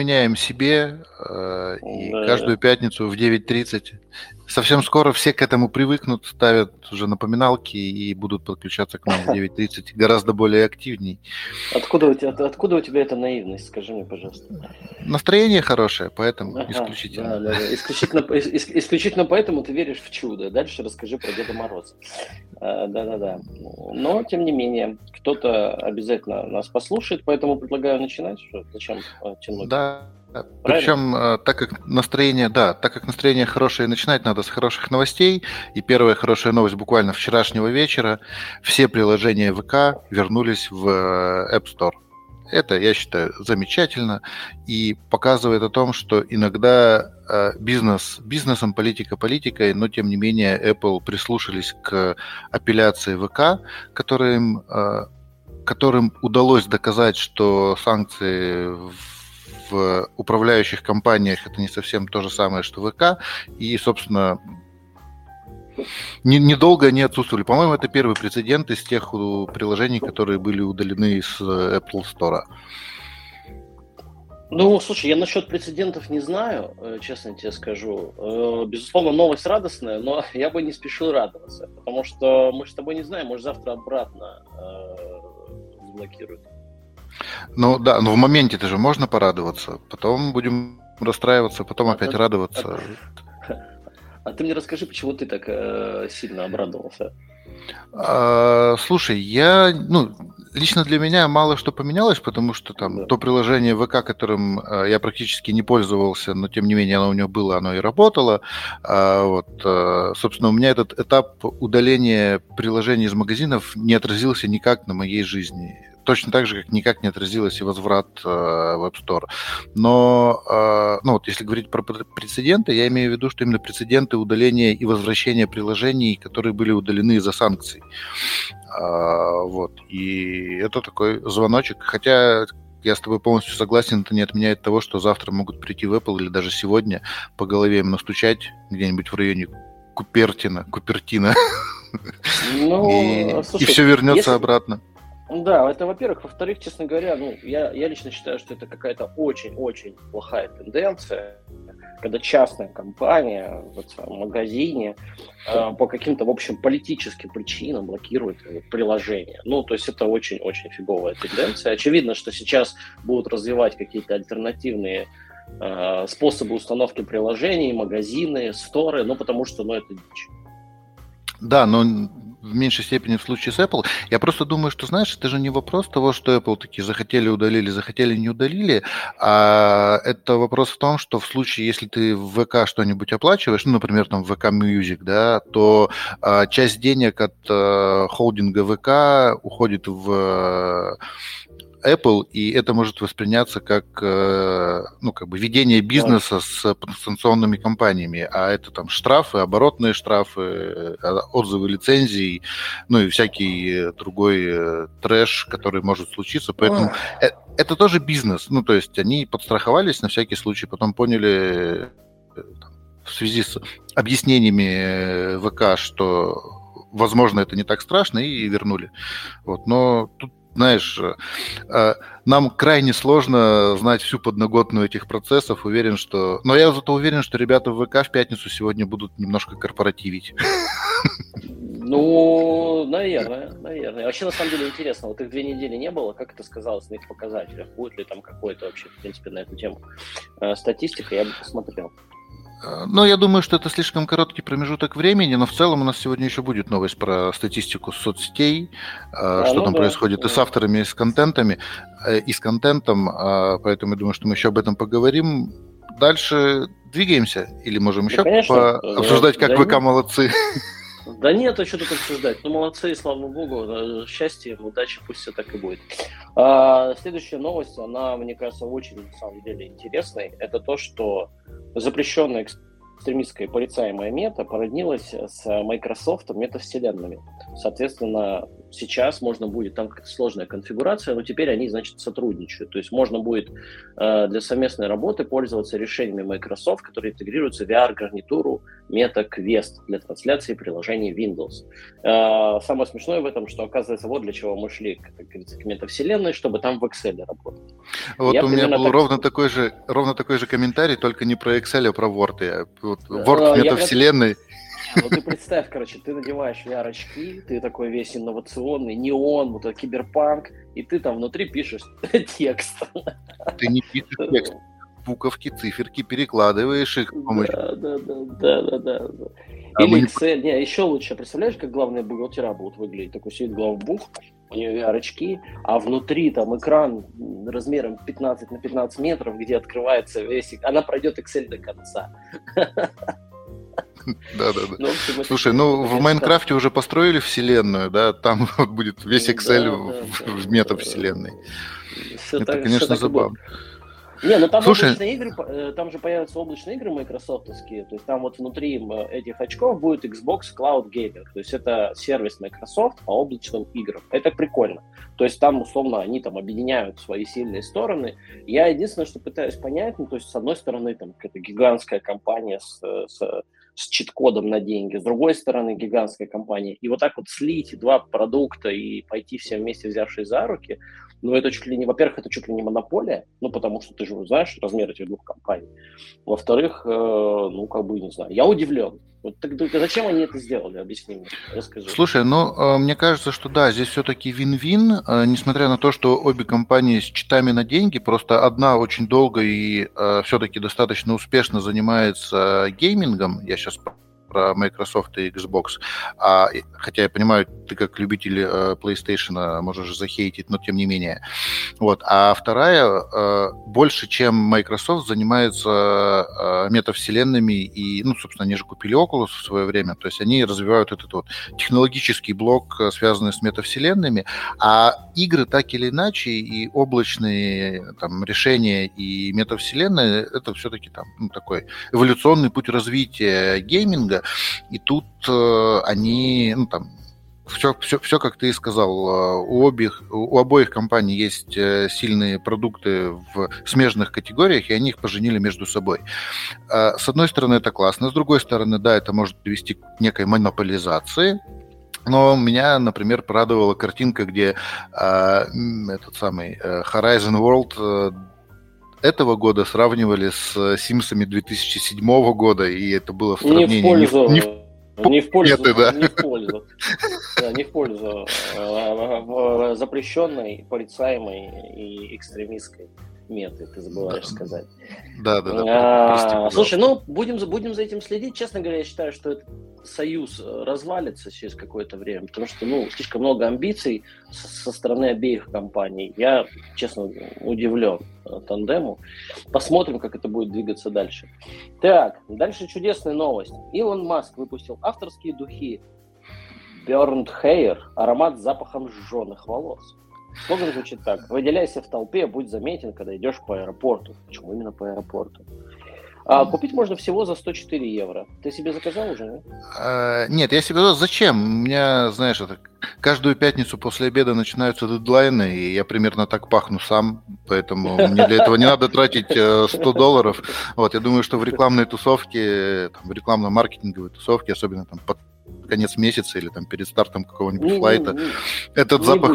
изменяем себе, и Да. каждую пятницу в 9:30 совсем скоро все к этому привыкнут, ставят уже напоминалки и будут подключаться к нам в 9:30 гораздо более активней. Откуда у тебя эта наивность, скажи мне, пожалуйста? Настроение хорошее, поэтому Ага, исключительно. да. Исключительно поэтому ты веришь в чудо. Дальше расскажи про Деда Мороза. Да. Но, тем не менее, кто-то обязательно нас послушает, поэтому предлагаю начинать. Зачем тянуть? Да, Правильно? причем, так как настроение хорошее, начинать надо с хороших новостей. И первая хорошая новость буквально вчерашнего вечера. Все приложения ВК вернулись в App Store. Это, я считаю, замечательно и показывает о том, что иногда бизнесом, политика политикой, но тем не менее Apple прислушались к апелляции ВК, которым удалось доказать, что санкции в управляющих компаниях это не совсем то же самое, что ВК, и, собственно, недолго они отсутствовали. По-моему, это первый прецедент из тех приложений, которые были удалены из Apple Store. Ну, слушай, я насчет прецедентов не знаю, честно тебе скажу. Безусловно, новость радостная, но я бы не спешил радоваться, потому что мы же с тобой не знаем, может, завтра обратно заблокируют. Ну да, но в моменте-то же можно порадоваться, потом будем расстраиваться, потом опять радоваться. А ты мне расскажи, почему ты так сильно обрадовался? Слушай, лично для меня мало что поменялось, потому что там то приложение ВК, которым я практически не пользовался, но тем не менее оно у него было, оно и работало. Собственно, у меня этот этап удаления приложений из магазинов не отразился никак на моей жизни. Точно так же, как никак не отразилось и возврат в App Store. Но если говорить про прецеденты, я имею в виду, что именно прецеденты удаления и возвращения приложений, которые были удалены из-за санкций. И это такой звоночек. Хотя я с тобой полностью согласен, это не отменяет того, что завтра могут прийти в Apple или даже сегодня по голове им настучать где-нибудь в районе Купертина. И все вернется обратно. Да, это во-первых. Во-вторых, честно говоря, я лично считаю, что это какая-то очень-очень плохая тенденция, когда частная компания в своем магазине по каким-то, в общем, политическим причинам блокирует приложение. То есть это очень-очень фиговая тенденция. Очевидно, что сейчас будут развивать какие-то альтернативные способы установки приложений, магазины, сторы, потому что, это дичь. Да, но в меньшей степени в случае с Apple. Я просто думаю, что, знаешь, это же не вопрос того, что Apple такие захотели удалили, захотели не удалили, а это вопрос в том, что в случае, если ты в ВК что-нибудь оплачиваешь, например, там в ВК Music, да, то часть денег от холдинга ВК уходит в Apple, и это может восприняться как ведение бизнеса с санкционными компаниями, а это там штрафы, оборотные штрафы, отзывы лицензий, и всякий другой трэш, который может случиться, поэтому это тоже бизнес, то есть они подстраховались на всякий случай, потом поняли в связи с объяснениями ВК, что возможно это не так страшно, и вернули. Но тут, знаешь, нам крайне сложно знать всю подноготную этих процессов. Но я зато уверен, что ребята в ВК в пятницу сегодня будут немножко корпоративить. Наверное. Вообще, на самом деле, интересно, их 2 недели не было, как это сказалось на их показателях? Будет ли там какой-то вообще, в принципе, на эту тему статистика, я бы посмотрел. Я думаю, что это слишком короткий промежуток времени, но в целом у нас сегодня еще будет новость про статистику соцсетей, что там происходит и с авторами, и с контентом, поэтому я думаю, что мы еще об этом поговорим. Дальше двигаемся или можем еще обсуждать, как ВК молодцы? Да нет, а что тут обсуждать? Молодцы, слава богу, счастья, удачи, пусть все так и будет. Следующая новость, она, мне кажется, очень, на самом деле, интересной. Это то, что запрещенная экстремистская порицаемая мета породнилась с Microsoft метавселенными. Соответственно, сейчас можно будет, там какая-то сложная конфигурация, но теперь они, значит, сотрудничают. То есть можно будет для совместной работы пользоваться решениями Microsoft, которые интегрируются в VR-гарнитуру MetaQuest для трансляции приложений Windows. Самое смешное в этом, что, оказывается, вот для чего мы шли, как говорится, к метавселенной, чтобы там в Excel работать. Вот у меня был ровно такой же комментарий, только не про Excel, а про Word. Word в метавселенной. Ну ты представь, короче, ты надеваешь VR-очки, ты такой весь инновационный, неон, вот этот киберпанк, и ты там внутри пишешь текст. Ты не пишешь текст, буковки, циферки, перекладываешь их. Да. Или Excel, не, еще лучше, представляешь, как главные бухгалтера будут выглядеть? Такой сидит главбух, у нее VR-очки, а внутри там экран размером 15 на 15 метров, где открывается весь... Она пройдет Excel до конца. Да. Слушай, в Майнкрафте уже построили вселенную, да, там вот будет весь Excel в метавселенной. Это, конечно, забавно. Не, ну там облачные игры, там же появятся облачные игры майкрософтовские, то есть там вот внутри этих очков будет Xbox Cloud Gaming, то есть это сервис Microsoft по облачным играм. Это прикольно. То есть там, условно, они там объединяют свои сильные стороны. Я единственное, что пытаюсь понять, ну, то есть с одной стороны там какая-то гигантская компания с чит-кодом на деньги, с другой стороны гигантская компания. И вот так вот слить два продукта и пойти все вместе, взявшись за руки, ну, это чуть ли не, во-первых, это чуть ли не монополия, ну, потому что ты же знаешь размер этих двух компаний. Во-вторых, ну, как бы, не знаю, я удивлен. Вот так, зачем они это сделали? Объясни мне, расскажи. Слушай, мне кажется, что да, здесь все-таки вин-вин, несмотря на то, что обе компании с читами на деньги, просто одна очень долго и все-таки достаточно успешно занимается геймингом, я сейчас про Microsoft и Xbox. Хотя я понимаю, ты как любитель PlayStation можешь захейтить, но тем не менее. Вот. А вторая больше, чем Microsoft, занимается метавселенными. И, ну, собственно, они же купили Oculus в свое время. То есть они развивают этот вот технологический блок, связанный с метавселенными. А игры так или иначе, и облачные там, решения, и метавселенная, это все-таки там, ну, такой эволюционный путь развития гейминга. И тут они, ну, там, все, как ты и сказал, у обоих компаний есть сильные продукты в смежных категориях, и они их поженили между собой. С одной стороны, это классно, с другой стороны, да, это может привести к некой монополизации. Но меня, например, порадовала картинка, где этот самый Horizon World этого года сравнивали с Симсами 2007 года, и это было в сравнении не в пользу запрещенной, порицаемой и экстремистской меты, ты забываешь сказать. Да. Слушай, ну, будем за этим следить. Честно говоря, я считаю, что этот союз развалится через какое-то время, потому что, ну, слишком много амбиций со стороны обеих компаний. Я, честно, удивлен тандему. Посмотрим, как это будет двигаться дальше. Так, дальше чудесная новость. Илон Маск выпустил авторские духи Burned Hair, аромат с запахом сжженных волос. Слоган звучит так: выделяйся в толпе, будь заметен, когда идешь по аэропорту. Почему именно по аэропорту? Купить можно всего за 104 евро. Ты себе заказал уже, нет? Нет, я себе заказал. Зачем? У меня, знаешь, это каждую пятницу после обеда начинаются дедлайны, и я примерно так пахну сам, поэтому мне для этого не надо тратить $100. Вот, я думаю, что в рекламной тусовке, в рекламно-маркетинговой тусовке, особенно там под конец месяца или там перед стартом какого-нибудь флайта, этот запах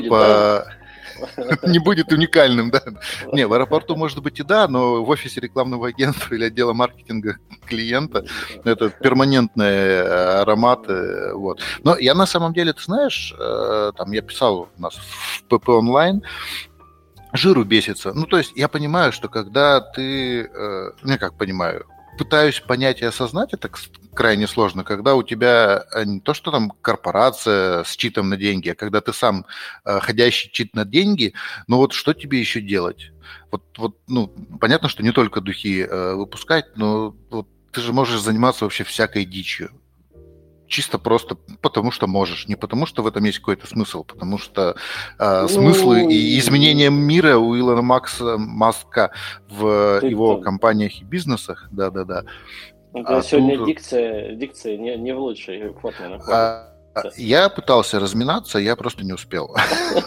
не будет уникальным, да. Не, в аэропорту, может быть, и да, но в офисе рекламного агентства или отдела маркетинга клиента это перманентные ароматы, вот. Но я на самом деле, ты знаешь, там я писал у нас в ПП онлайн, жиру бесится. Ну, то есть я понимаю, что когда ты, я как понимаю, пытаюсь понять и осознать это крайне сложно, когда у тебя не то, что там корпорация с читом на деньги, а когда ты сам ходящий чит на деньги, ну вот что тебе еще делать? Вот, ну, понятно, что не только духи выпускать, но вот ты же можешь заниматься вообще всякой дичью. Чисто просто потому, что можешь. Не потому, что в этом есть какой-то смысл, потому что смыслы и изменения мира у Илона Маска в его компаниях и бизнесах, да. Сегодня дикция не в лучшей форме находится. Я пытался разминаться, я просто не успел.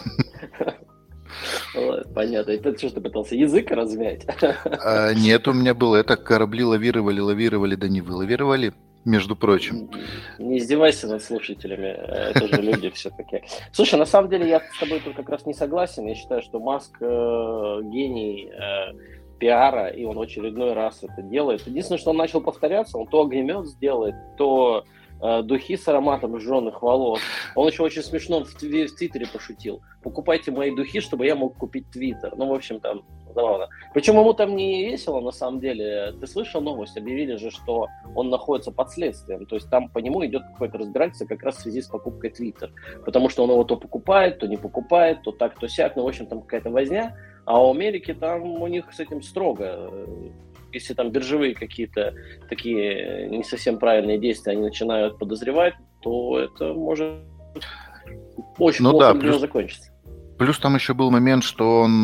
Понятно. Это что, ты пытался язык размять? Нет, у меня было это, корабли лавировали, да не вылавировали, между прочим. Не издевайся над слушателями, это же люди все-таки. Слушай, на самом деле я с тобой тут как раз не согласен. Я считаю, что Маск гений пиара, и он в очередной раз это делает. Единственное, что он начал повторяться, он то огнемет сделает, то духи с ароматом сжженных волос. Он еще очень смешно в Твиттере пошутил. Покупайте мои духи, чтобы я мог купить Твиттер. Ну, в общем, там забавно. Причем ему там не весело, на самом деле. Ты слышал новость? Объявили же, что он находится под следствием. То есть там по нему идет какое-то разбирательство как раз в связи с покупкой Твиттер. Потому что он его то покупает, то не покупает, то так, то сяк. Ну, в общем, там какая-то возня. А у Америки там у них с этим строго. Если там биржевые какие-то такие не совсем правильные действия они начинают подозревать, то это может очень плохо для него закончиться. Плюс там еще был момент, что он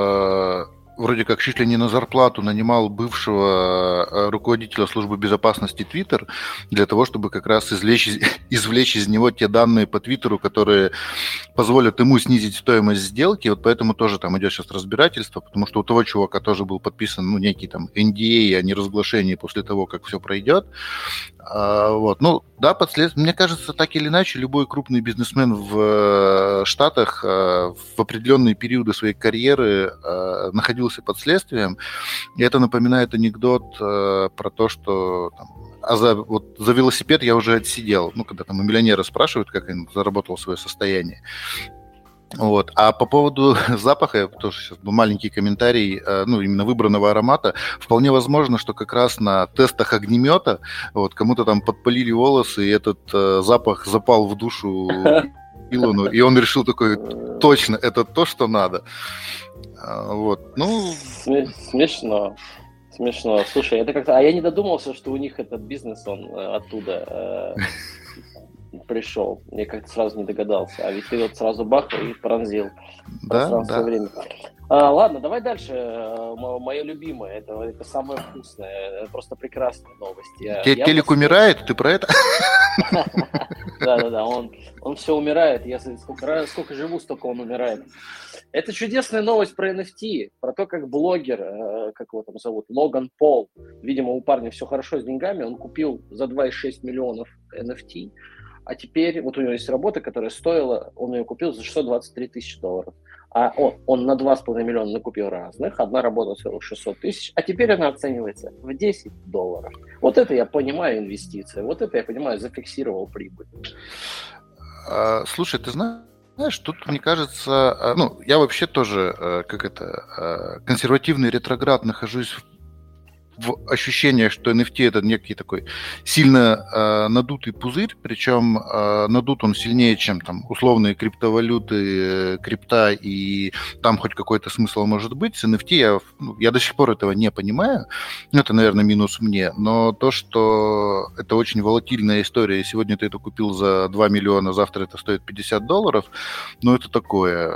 вроде как чуть ли не на зарплату нанимал бывшего руководителя службы безопасности Twitter для того, чтобы как раз извлечь из него те данные по Твиттеру, которые позволят ему снизить стоимость сделки. Вот поэтому тоже там идет сейчас разбирательство, потому что у того чувака тоже был подписан некий там NDA о неразглашении после того, как все пройдет. Вот. Ну, да, мне кажется, так или иначе, любой крупный бизнесмен в Штатах в определенные периоды своей карьеры находился под следствием. И это напоминает анекдот про то, что там, за велосипед я уже отсидел. Ну, когда там у миллионера спрашивают, как он заработал свое состояние. Вот. А по поводу запаха, я тоже сейчас маленький комментарий, именно выбранного аромата. Вполне возможно, что как раз на тестах огнемета кому-то там подпалили волосы, и этот запах запал в душу Илону, и он решил такой, точно, это то, что надо. Вот. Ну... Смешно. Слушай, это как-то... А я не додумался, что у них этот бизнес, он оттуда... пришел. Я как-то сразу не догадался. А ведь ты вот сразу бах и пронзил пространство времени. Ладно, давай дальше. Мое любимое. Это самое вкусное. Это просто прекрасная новость. Телек умирает? Ты про это? Да. Он все умирает. Я сколько живу, столько он умирает. Это чудесная новость про NFT, про то, как блогер, как его там зовут, Логан Пол, видимо, у парня все хорошо с деньгами, он купил за 2,6 миллионов NFT, а теперь вот у него есть работа, которая стоила, он ее купил за 623 тысячи долларов. А он на 2,5 миллиона накупил разных, одна работа стоила 600 тысяч, а теперь она оценивается в 10 долларов. Вот это я понимаю инвестиции, вот это я понимаю, зафиксировал прибыль. Слушай, ты знаешь, тут, мне кажется, я вообще тоже, консервативный ретроград нахожусь в ощущениях, что NFT это некий такой сильно надутый пузырь, причем надут он сильнее, чем там условные криптовалюты, крипта, и там хоть какой-то смысл может быть. С NFT я до сих пор этого не понимаю, это, наверное, минус мне, но то, что это очень волатильная история, и сегодня ты это купил за 2 миллиона, завтра это стоит 50 долларов, это такое...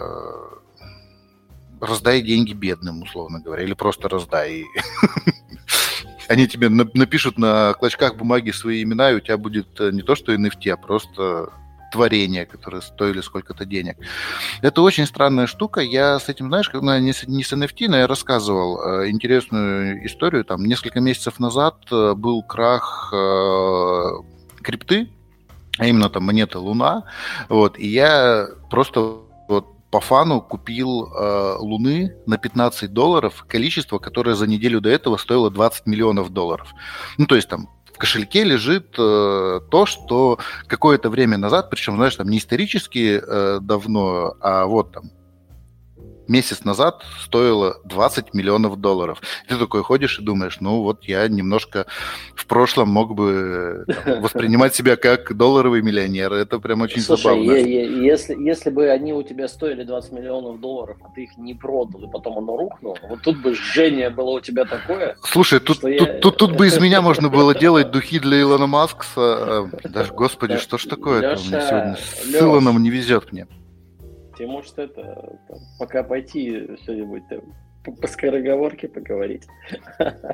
Раздай деньги бедным, условно говоря, или просто раздай. Они тебе напишут на клочках бумаги свои имена, и у тебя будет не то что NFT, а просто творения, которые стоили сколько-то денег. Это очень странная штука. Я с этим, знаешь, не с NFT, но я рассказывал интересную историю. Там несколько месяцев назад был крах крипты, а именно там монета Луна. И я просто по фану купил Луны на 15 долларов, количество, которое за неделю до этого стоило 20 миллионов долларов. То есть там в кошельке лежит то, что какое-то время назад, причем, знаешь, там не исторически давно, а там месяц назад стоило 20 миллионов долларов. Ты такой ходишь и думаешь, я немножко в прошлом мог бы воспринимать себя как долларовый миллионер. Это прям очень забавно. Если бы они у тебя стоили 20 миллионов долларов, а ты их не продал, и потом оно рухнуло, вот тут бы жжение было у тебя такое. Слушай, тут бы из меня можно было делать духи для Илона Маска. Даже, господи, что ж такое-то? У меня сегодня с Илоном не везет мне. Тебе может пока пойти что-нибудь по скороговорке поговорить.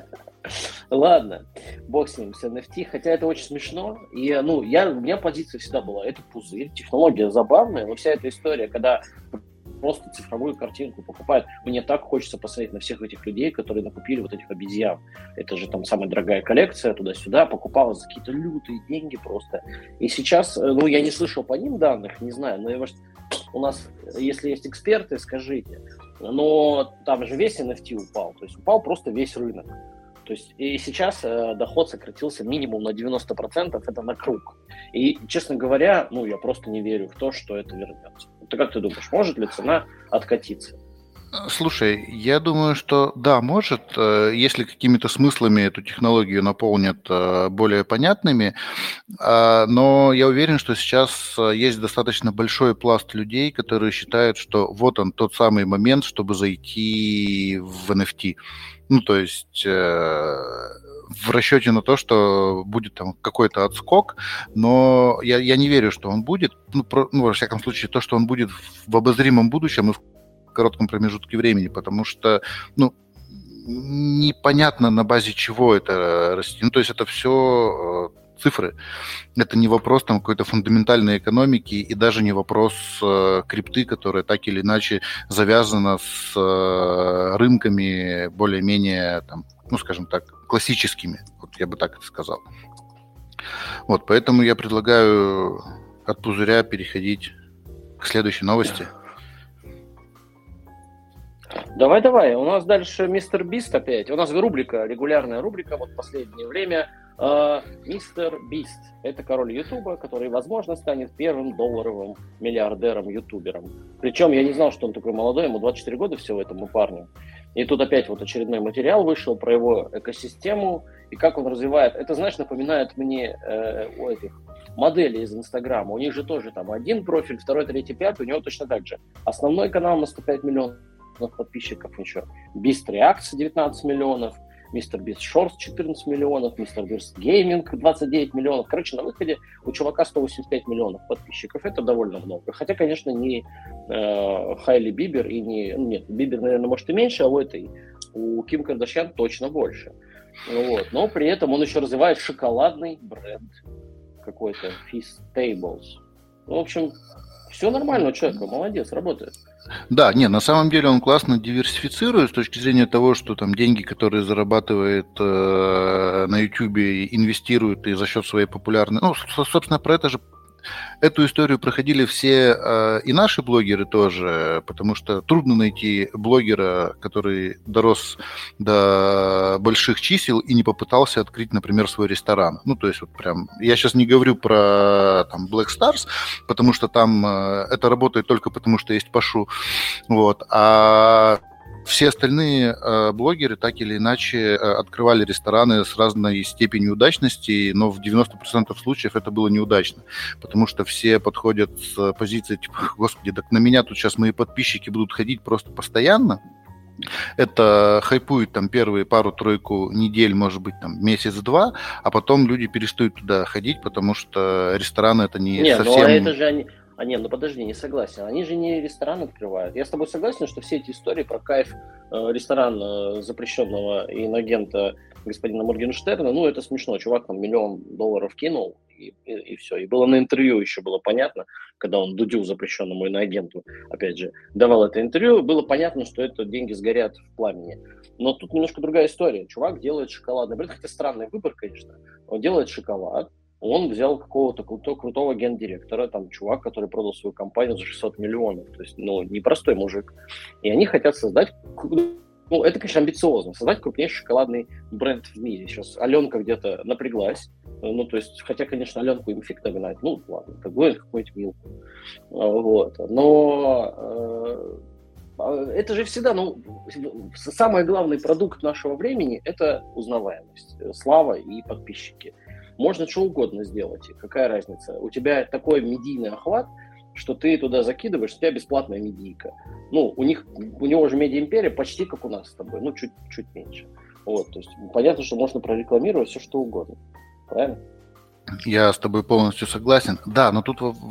Ладно, бог с ним, с NFT, хотя это очень смешно. И, у меня позиция всегда была, это пузырь, технология забавная, но вся эта история, когда просто цифровую картинку покупают, мне так хочется посмотреть на всех этих людей, которые накупили вот этих обезьян. Это же там самая дорогая коллекция, туда-сюда, покупала за какие-то лютые деньги просто. И сейчас, я не слышал по ним данных, не знаю, но у нас, если есть эксперты, скажите. Но там же весь NFT упал, то есть упал просто весь рынок. То есть и сейчас доход сократился минимум на 90%, это на круг. И, честно говоря, я просто не верю в то, что это вернется. Ты как ты думаешь, может ли цена откатиться? Слушай, я думаю, что да, может, если какими-то смыслами эту технологию наполнят более понятными, но я уверен, что сейчас есть достаточно большой пласт людей, которые считают, что вот он тот самый момент, чтобы зайти в NFT. То есть в расчете на то, что будет там какой-то отскок, но я не верю, что он будет. Во всяком случае, то, что он будет в обозримом будущем и в коротком промежутке времени, потому что, непонятно, на базе чего это растет. То есть это все цифры. Это не вопрос там какой-то фундаментальной экономики и даже не вопрос крипты, которая так или иначе завязана с рынками более-менее, скажем так, классическими. Вот я бы так это сказал. Вот, поэтому я предлагаю от пузыря переходить к следующей новости. Давай. У нас дальше Мистер Бист опять. У нас регулярная рубрика, вот в последнее время. Мистер Бист. Это король Ютуба, который, возможно, станет первым долларовым миллиардером-ютубером. Причем я не знал, что он такой молодой, ему 24 года всего этому парню. И тут опять вот очередной материал вышел про его экосистему и как он развивает. Это, знаешь, напоминает мне у этих моделей из Инстаграма. У них же тоже там один профиль, второй, третий, пятый, у него точно так же. Основной канал на 105 миллионов подписчиков еще. Бист Reacts 19 миллионов, Мистер Бист Shorts 14 миллионов, Мистер Бист Gaming 29 миллионов. Короче, на выходе у чувака 185 миллионов подписчиков. Это довольно много. Хотя, конечно, не Хайли Бибер и не... Нет, Бибер, наверное, может и меньше, а у Ким Кардашьян точно больше. Вот. Но при этом он еще развивает шоколадный бренд какой-то, Feastables. В общем, все нормально у человека, молодец, работает. Да, на самом деле он классно диверсифицирует с точки зрения того, что там деньги, которые зарабатывает на YouTube, инвестирует и за счет своей популярности. Собственно, эту историю проходили все и наши блогеры тоже, потому что трудно найти блогера, который дорос до больших чисел и не попытался открыть, например, свой ресторан. То есть вот прям, я сейчас не говорю про Black Stars, потому что там это работает только потому, что есть Пашу, а все остальные блогеры так или иначе открывали рестораны с разной степенью удачности, но в 90% случаев это было неудачно, потому что все подходят с позиции типа, господи, так на меня тут сейчас мои подписчики будут ходить просто постоянно. Это хайпует там первые пару-тройку недель, может быть, там месяц-два, а потом люди перестают туда ходить, потому что рестораны это не совсем... это же они... подожди, не согласен. Они же не ресторан открывают. Я с тобой согласен, что все эти истории про кайф ресторана запрещенного иноагента господина Моргенштерна, это смешно. Чувак там $1 миллион кинул, и все. И было на интервью еще было понятно, когда он Дудю, запрещенному иноагенту, опять же, давал это интервью, было понятно, что это деньги сгорят в пламени. Но тут немножко другая история. Чувак делает шоколадный бренд, хотя странный выбор, конечно. Он делает шоколад. Он взял какого-то крутого гендиректора, там чувак, который продал свою компанию за 600 миллионов. То есть, непростой мужик. И они хотят создать... это, конечно, амбициозно. Создать крупнейший шоколадный бренд в мире. Сейчас Аленка где-то напряглась. Хотя, конечно, Аленку им фиг догнать. Ладно, какую-нибудь Милку. Но это же всегда, самый главный продукт нашего времени – это узнаваемость, слава и подписчики. Можно что угодно сделать. Какая разница? У тебя такой медийный охват, что ты туда закидываешь, у тебя бесплатная медийка. У него же медиа-империя почти как у нас с тобой, чуть меньше. То есть понятно, что можно прорекламировать все, что угодно. Правильно? Я с тобой полностью согласен. Да, но тут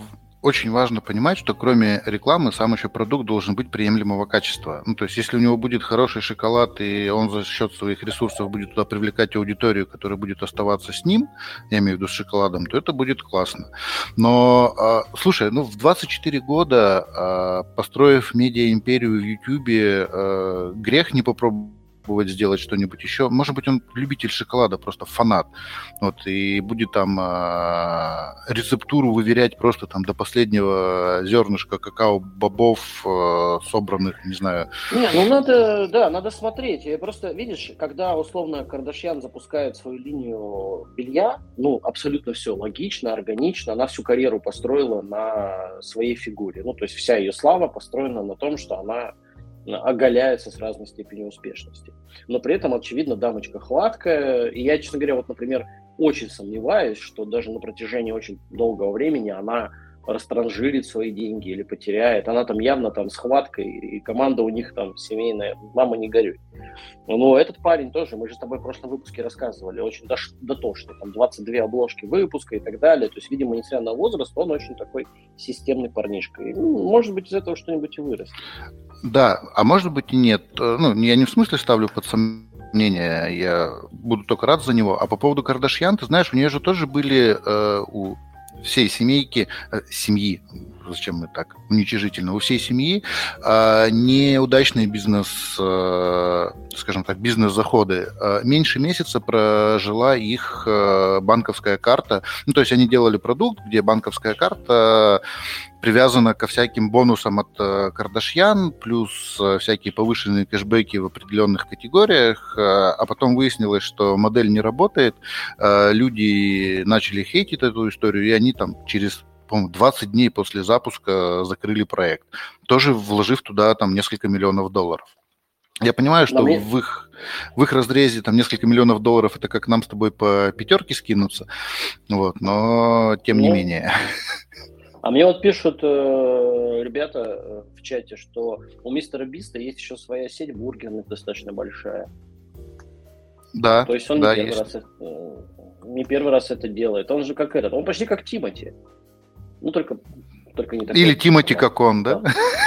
очень важно понимать, что кроме рекламы сам еще продукт должен быть приемлемого качества. Ну, то есть если у него будет хороший шоколад, и он за счет своих ресурсов будет туда привлекать аудиторию, которая будет оставаться с ним, я имею в виду с шоколадом, то это будет классно. Но, слушай, ну в 24 года, построив медиа-империю в Ютьюбе, грех не попробовать сделать что-нибудь еще. Может быть, он любитель шоколада, просто фанат. Вот, и будет там рецептуру выверять просто там до последнего зернышка какао-бобов, собранных, не знаю. Не, ну надо, да, надо смотреть. Просто, видишь, когда условно Кардашьян запускает свою линию белья, ну, абсолютно все логично, органично. Она всю карьеру построила на своей фигуре. Ну, то есть вся ее слава построена на том, что она оголяется с разной степенью успешности. Но при этом, очевидно, дамочка хваткая. И я, честно говоря, вот, например, очень сомневаюсь, что даже на протяжении очень долгого времени она растранжирит свои деньги или потеряет. Она там явно там с хваткой, и команда у них там семейная, мама не горюй. Но этот парень тоже, мы же с тобой в прошлом выпуске рассказывали, очень дотошный, там 22 обложки выпуска и так далее. То есть, видимо, несмотря на возраст, он очень такой системный парнишка. И, может быть, из этого что-нибудь и вырастет. Да, а может быть и нет. Ну, я не в смысле ставлю под сомнение, я буду только рад за него. А по поводу Кардашьян, ты знаешь, у нее же тоже были у всей семейки, семьи, зачем мы так уничижительно, у всей семьи неудачный бизнес, скажем так, бизнес-заходы. Меньше месяца прожила их банковская карта. Ну, то есть они делали продукт, где банковская карта привязана ко всяким бонусам от Кардашьян, плюс всякие повышенные кэшбэки в определенных категориях, а потом выяснилось, что модель не работает, люди начали хейтить эту историю, и они там через, по-моему, 20 дней после запуска закрыли проект, тоже вложив туда там несколько миллионов долларов. Я понимаю, что в их разрезе там несколько миллионов долларов это как нам с тобой по пятерке скинуться, вот, но тем не менее. А мне вот пишут ребята в чате, что у мистера Биста есть еще своя сеть бургерных достаточно большая. Да, то есть он да, не первый раз это делает. Он же как этот, он почти как Тимати. Ну, только не такой. Или Тимати, как он, да?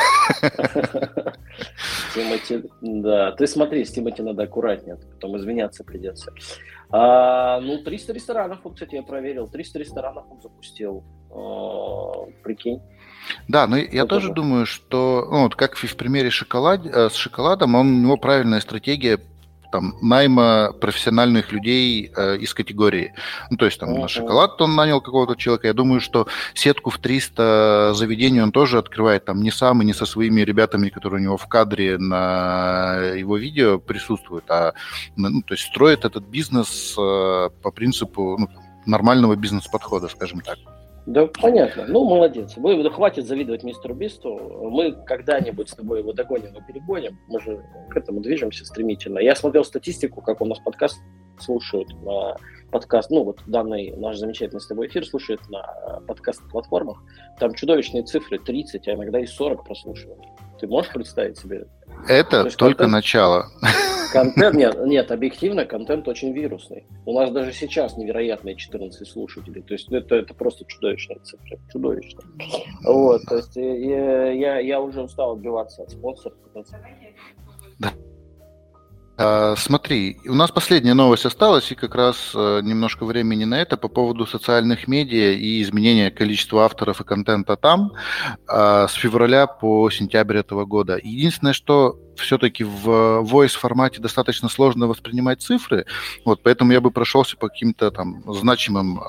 Тимати, да. Ты смотри, с Тимати надо аккуратнее, потом извиняться придется. 300 ресторанов, вот, кстати, я проверил. 300 ресторанов он запустил. Прикинь. Да, но я тоже думаю, что, ну, вот как в примере с шоколадом, у него правильная стратегия там найма профессиональных людей из категории. Ну, то есть там на шоколад он нанял какого-то человека. Я думаю, что сетку в 300 заведений он тоже открывает там не сам и не со своими ребятами, которые у него в кадре на его видео присутствуют, то есть строит этот бизнес по принципу нормального бизнес-подхода, скажем так. Да, понятно. Ну, молодец. Хватит завидовать мистеру Бисту. Мы когда-нибудь с тобой его догоним и перегоним. Мы же к этому движемся стремительно. Я смотрел статистику, как у нас подкаст слушают на подкаст, данный наш замечательный с тобой эфир слушает на подкаст-платформах. Там чудовищные цифры, 30, а иногда и 40 прослушиваний. Ты можешь представить себе? Это только начало. Контент, нет, объективно контент очень вирусный. У нас даже сейчас невероятные 14 слушателей. То есть это просто чудовищные цифры. Чудовищно. Вот, то есть я уже устал отбиваться от спонсоров. Да. Смотри, у нас последняя новость осталась, и как раз немножко времени на это по поводу социальных медиа и изменения количества авторов и контента там с февраля по сентябрь этого года. Единственное, что все-таки в voice формате достаточно сложно воспринимать цифры, вот, поэтому я бы прошелся по каким-то там значимым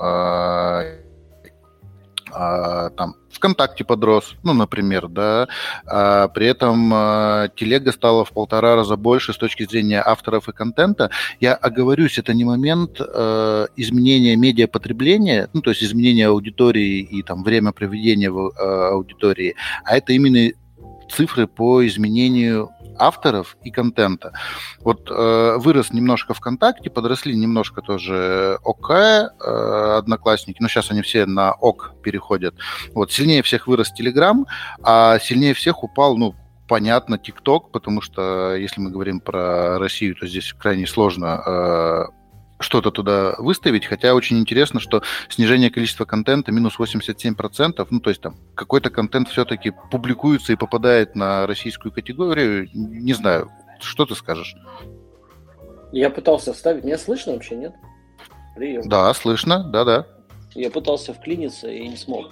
там ВКонтакте подрос, например, да, при этом телега стала в 1,5 раза больше с точки зрения авторов и контента. Я оговорюсь, это не момент изменения медиапотребления, то есть изменения аудитории и там время проведения в аудитории, а это именно цифры по изменению авторов и контента. Вот вырос немножко ВКонтакте, подросли немножко тоже ОК, Одноклассники, но сейчас они все на ОК переходят. Вот, сильнее всех вырос Телеграм, а сильнее всех упал, понятно, ТикТок, потому что если мы говорим про Россию, то здесь крайне сложно что-то туда выставить, хотя очень интересно, что снижение количества контента минус 87%, ну, то есть там какой-то контент все-таки публикуется и попадает на российскую категорию, не знаю, что ты скажешь? Я пытался вставить, меня слышно вообще, нет? Прием. Да, слышно, да-да. Я пытался вклиниться и не смог.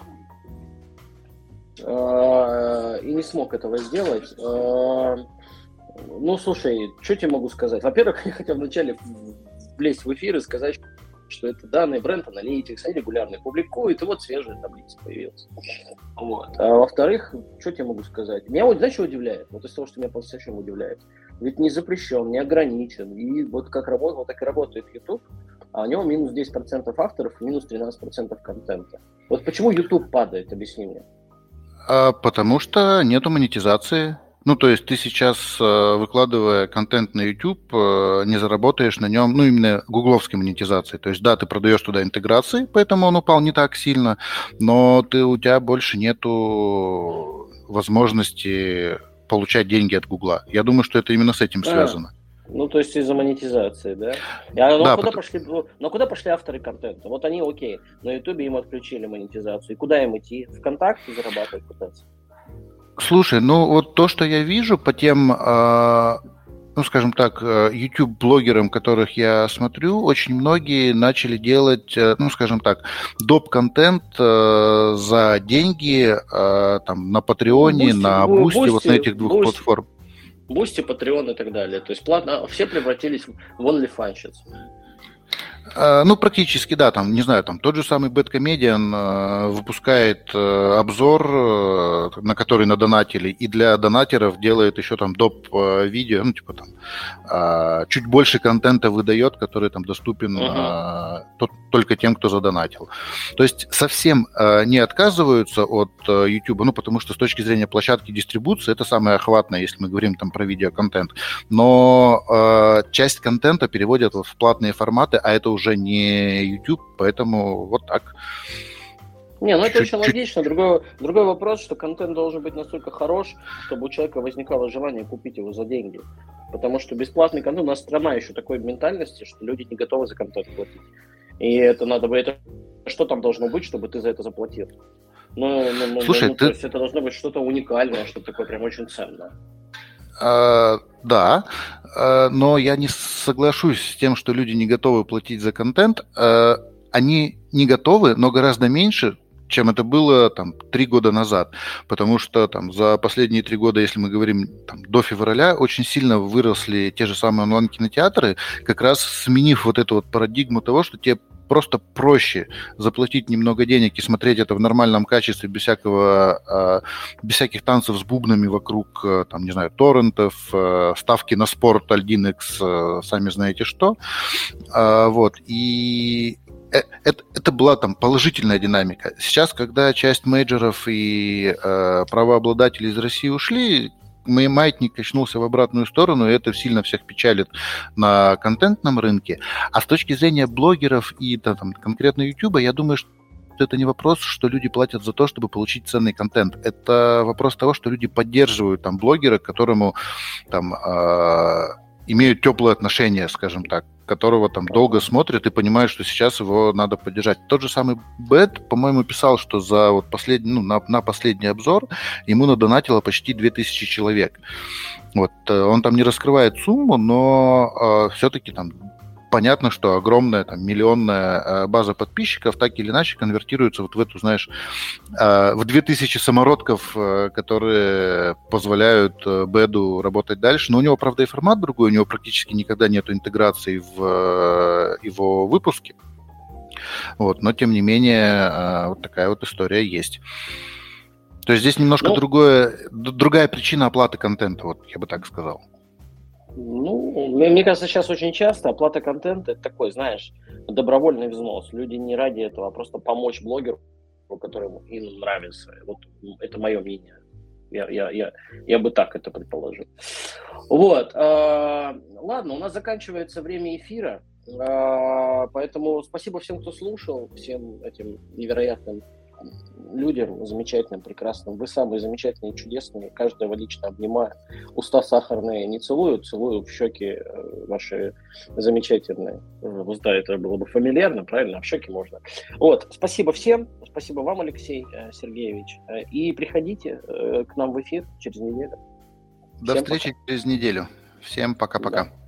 И не смог этого сделать. Ну, слушай, что тебе могу сказать? Во-первых, я хотел вначале влезть в эфир и сказать, что это данные бренд Analytics, они регулярно публикуют, и вот свежая таблица появилась. Вот. А во-вторых, что тебе могу сказать? Меня вот, знаешь, что удивляет? Вот из того, что меня по-настоящему удивляет. Ведь не запрещен, не ограничен. И вот как работает, вот так и работает YouTube, а у него минус 10% авторов и минус 13% контента. Вот почему YouTube падает, объясни мне. Потому что нету монетизации. Ну, то есть ты сейчас, выкладывая контент на YouTube, не заработаешь на нем, ну, именно гугловской монетизации. То есть, да, ты продаешь туда интеграции, поэтому он упал не так сильно, но у тебя больше нету возможности получать деньги от Гугла. Я думаю, что это именно с этим связано. Ну, то есть из-за монетизации, да? Куда пошли авторы контента? Вот они, окей, на Ютубе им отключили монетизацию. И куда им идти? ВКонтакте зарабатывать пытаться? Слушай, ну вот то, что я вижу по тем, ну, скажем так, YouTube-блогерам, которых я смотрю, очень многие начали делать, ну, скажем так, доп-контент за деньги там, на Патреоне, на Бусти, вот на этих двух платформах. Бусти, Patreon и так далее. То есть платно, все превратились в OnlyFans. Ну, практически, да, там, не знаю, там тот же самый Bad выпускает обзор, на который надонатили, и для донатеров делает еще там доп. Видео, ну, типа там, чуть больше контента выдает, который там доступен только тем, кто задонатил. То есть совсем не отказываются от YouTube, ну, потому что с точки зрения площадки дистрибуции это самое охватное, если мы говорим там про видеоконтент, но часть контента переводят в платные форматы, а это уже не YouTube, поэтому вот так. Не, ну это очень логично. Другой вопрос, что контент должен быть настолько хорош, чтобы у человека возникало желание купить его за деньги. Потому что бесплатный контент, у нас страна еще такой ментальности, что люди не готовы за контент платить. И это надо бы, это что там должно быть, чтобы ты за это заплатил? Слушай, то есть это должно быть что-то уникальное, что-то такое прям очень ценное. Да, но я не соглашусь с тем, что люди не готовы платить за контент. Они не готовы, но гораздо меньше, чем это было там 3 года назад. Потому что там за последние 3 года, если мы говорим там, до февраля, очень сильно выросли те же самые онлайн-кинотеатры, как раз сменив вот эту вот парадигму того, что тебе просто проще заплатить немного денег и смотреть это в нормальном качестве, без всяких танцев с бубнами вокруг, там, не знаю, торрентов, ставки на спорт, 1x, сами знаете что. Вот. И это была там положительная динамика. Сейчас, когда часть мейджоров и правообладателей из России ушли, маятник качнулся в обратную сторону, и это сильно всех печалит на контентном рынке. А с точки зрения блогеров и там, конкретно YouTube, я думаю, что это не вопрос, что люди платят за то, чтобы получить ценный контент. Это вопрос того, что люди поддерживают там блогера, к которому там имеют теплые отношения, скажем так, которого там долго смотрят и понимают, что сейчас его надо поддержать. Тот же самый Бэт, по-моему, писал, что за вот последний, на последний обзор ему надонатило почти 2000 человек. Вот, он там не раскрывает сумму, но все-таки там понятно, что огромная там, миллионная база подписчиков так или иначе конвертируется вот в эту, знаешь, в 2000 самородков, которые позволяют Бэду работать дальше. Но у него, правда, и формат другой, у него практически никогда нет интеграции в его выпуске. Вот, но, тем не менее, вот такая вот история есть. То есть здесь немножко другая причина оплаты контента, вот я бы так сказал. Ну, мне кажется, сейчас очень часто оплата контента – это такой, знаешь, добровольный взнос. Люди не ради этого, а просто помочь блогеру, которому им нравится. Вот это мое мнение. Я бы так это предположил. Вот. Ладно, у нас заканчивается время эфира. Поэтому спасибо всем, кто слушал, всем этим невероятным людям замечательным, прекрасным. Вы самые замечательные, чудесные. Каждого лично обнимаю. Уста сахарные не целую, целую в щеки ваши замечательные. Да, это было бы фамильярно, правильно? А в щеки можно. Вот, спасибо всем. Спасибо вам, Алексей Сергеевич. И приходите к нам в эфир через неделю. До встречи через неделю. Всем пока-пока. Да.